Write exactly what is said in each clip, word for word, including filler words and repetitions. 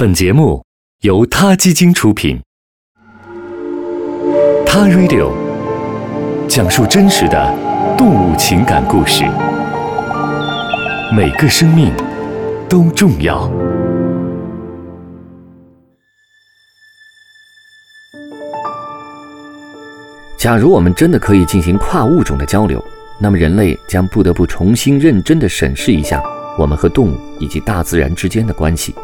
本节目由他基金出品。他 Radio 讲述真实的动物情感故事，每个生命都重要。 假如我们真的可以进行跨物种的交流，那么人类将不得不重新认真地审视一下我们和动物以及大自然之间的关系。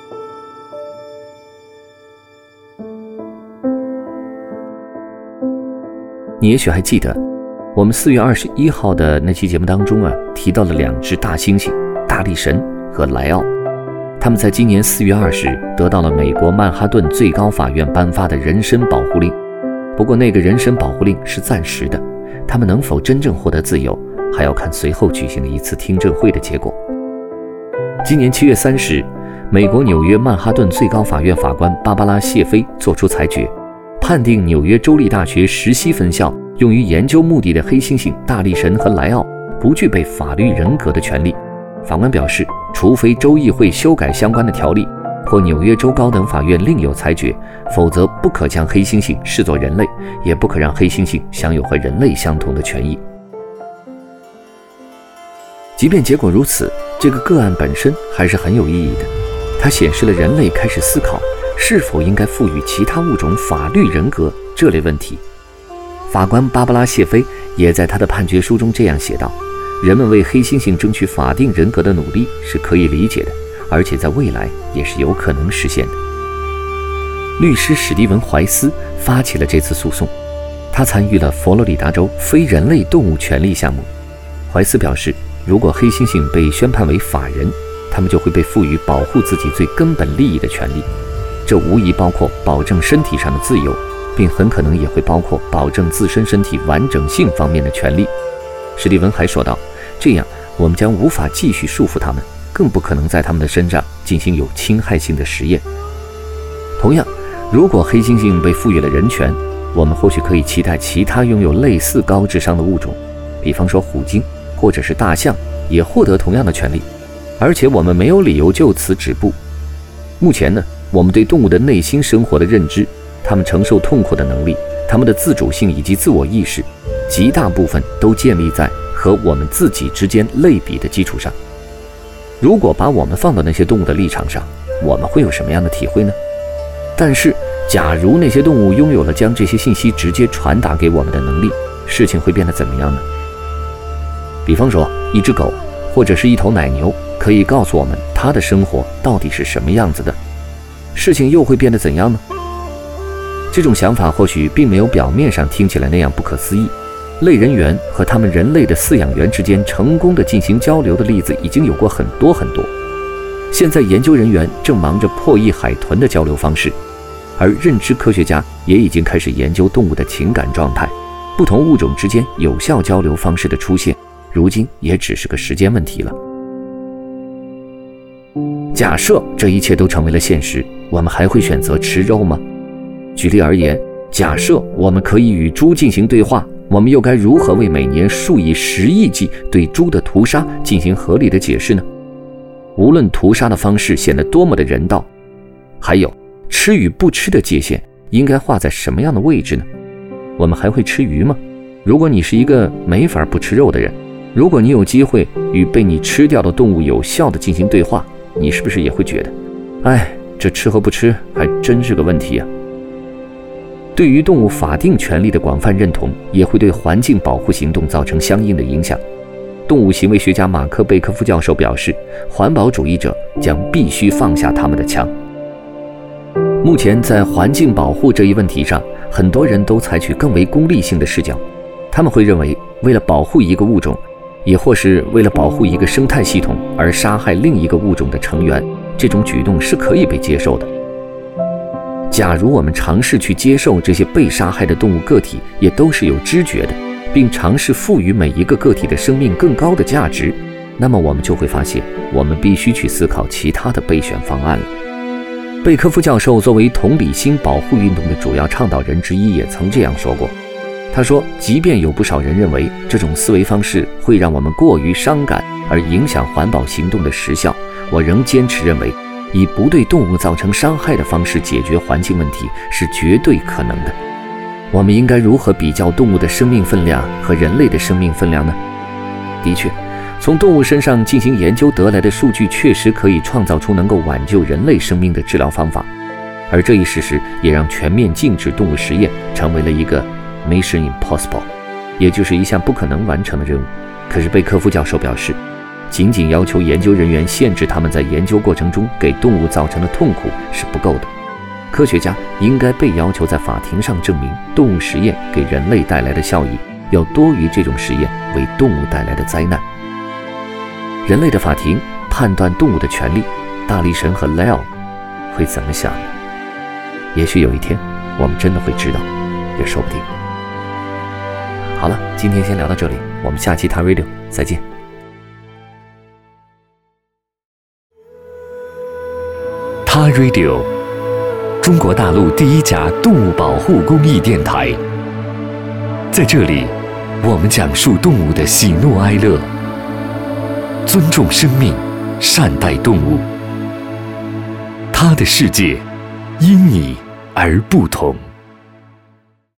你也许还记得，我们四月二十一号的那期节目当中啊，提到了两只大猩猩，大力神和莱奥。他们在今年四月二十日得到了美国曼哈顿最高法院颁发的人身保护令。不过那个人身保护令是暂时的，他们能否真正获得自由，还要看随后举行的一次听证会的结果。今年七月三十日，美国纽约曼哈顿最高法院法官芭芭拉·谢菲作出裁决，判定纽约州立大学石溪分校用于研究目的的黑猩猩大力神和莱奥不具备法律人格的权利。法官表示，除非州议会修改相关的条例，或纽约州高等法院另有裁决，否则不可将黑猩猩视作人类，也不可让黑猩猩享有和人类相同的权益。即便结果如此，这个个案本身还是很有意义的，它显示了人类开始思考是否应该赋予其他物种法律人格这类问题。法官芭芭拉·谢菲也在他的判决书中这样写道，人们为黑猩猩争取法定人格的努力是可以理解的，而且在未来也是有可能实现的。律师史蒂文·怀斯发起了这次诉讼，他参与了佛罗里达州非人类动物权利项目。怀斯表示，如果黑猩猩被宣判为法人，他们就会被赋予保护自己最根本利益的权利，这无疑包括保证身体上的自由，并很可能也会包括保证自身身体完整性方面的权利。史蒂文还说道，这样我们将无法继续束缚他们，更不可能在他们的身上进行有侵害性的实验。同样，如果黑猩猩被赋予了人权，我们或许可以期待其他拥有类似高智商的物种，比方说虎鲸或者是大象，也获得同样的权利，而且我们没有理由就此止步。目前呢，我们对动物的内心生活的认知，它们承受痛苦的能力，它们的自主性以及自我意识，极大部分都建立在和我们自己之间类比的基础上。如果把我们放到那些动物的立场上，我们会有什么样的体会呢？但是假如那些动物拥有了将这些信息直接传达给我们的能力，事情会变得怎么样呢？比方说，一只狗或者是一头奶牛可以告诉我们它的生活到底是什么样子的，事情又会变得怎样呢？这种想法或许并没有表面上听起来那样不可思议，类人猿和他们人类的饲养员之间成功的进行交流的例子已经有过很多很多。现在研究人员正忙着破译海豚的交流方式，而认知科学家也已经开始研究动物的情感状态，不同物种之间有效交流方式的出现，如今也只是个时间问题了。假设这一切都成为了现实，我们还会选择吃肉吗？举例而言，假设我们可以与猪进行对话，我们又该如何为每年数以十亿计对猪的屠杀进行合理的解释呢？无论屠杀的方式显得多么的人道，还有吃与不吃的界限应该画在什么样的位置呢？我们还会吃鱼吗？如果你是一个没法不吃肉的人，如果你有机会与被你吃掉的动物有效地进行对话，你是不是也会觉得，哎，这吃和不吃还真是个问题啊？对于动物法定权利的广泛认同，也会对环境保护行动造成相应的影响。动物行为学家马克·贝科夫教授表示，环保主义者将必须放下他们的枪。目前在环境保护这一问题上，很多人都采取更为功利性的视角，他们会认为，为了保护一个物种，也或是为了保护一个生态系统而杀害另一个物种的成员，这种举动是可以被接受的。假如我们尝试去接受这些被杀害的动物个体也都是有知觉的，并尝试赋予每一个个体的生命更高的价值，那么我们就会发现，我们必须去思考其他的备选方案了。贝科夫教授作为同理心保护运动的主要倡导人之一，也曾这样说过。他说，即便有不少人认为这种思维方式会让我们过于伤感而影响环保行动的实效，我仍坚持认为以不对动物造成伤害的方式解决环境问题是绝对可能的。我们应该如何比较动物的生命分量和人类的生命分量呢？的确，从动物身上进行研究得来的数据确实可以创造出能够挽救人类生命的治疗方法，而这一事实也让全面禁止动物实验成为了一个 Mission Impossible， 也就是一项不可能完成的任务。可是贝科夫教授表示，仅仅要求研究人员限制他们在研究过程中给动物造成的痛苦是不够的，科学家应该被要求在法庭上证明动物实验给人类带来的效益要多于这种实验为动物带来的灾难。人类的法庭判断动物的权利，大力神和 Leo 会怎么想呢？也许有一天我们真的会知道，也说不定。好了，今天先聊到这里，我们下期谈 Radio 再见。 他 Radio， 中国大陆第一家动物保护公益电台。在这里，我们讲述动物的喜怒哀乐，尊重生命，善待动物。他的世界因你而不同。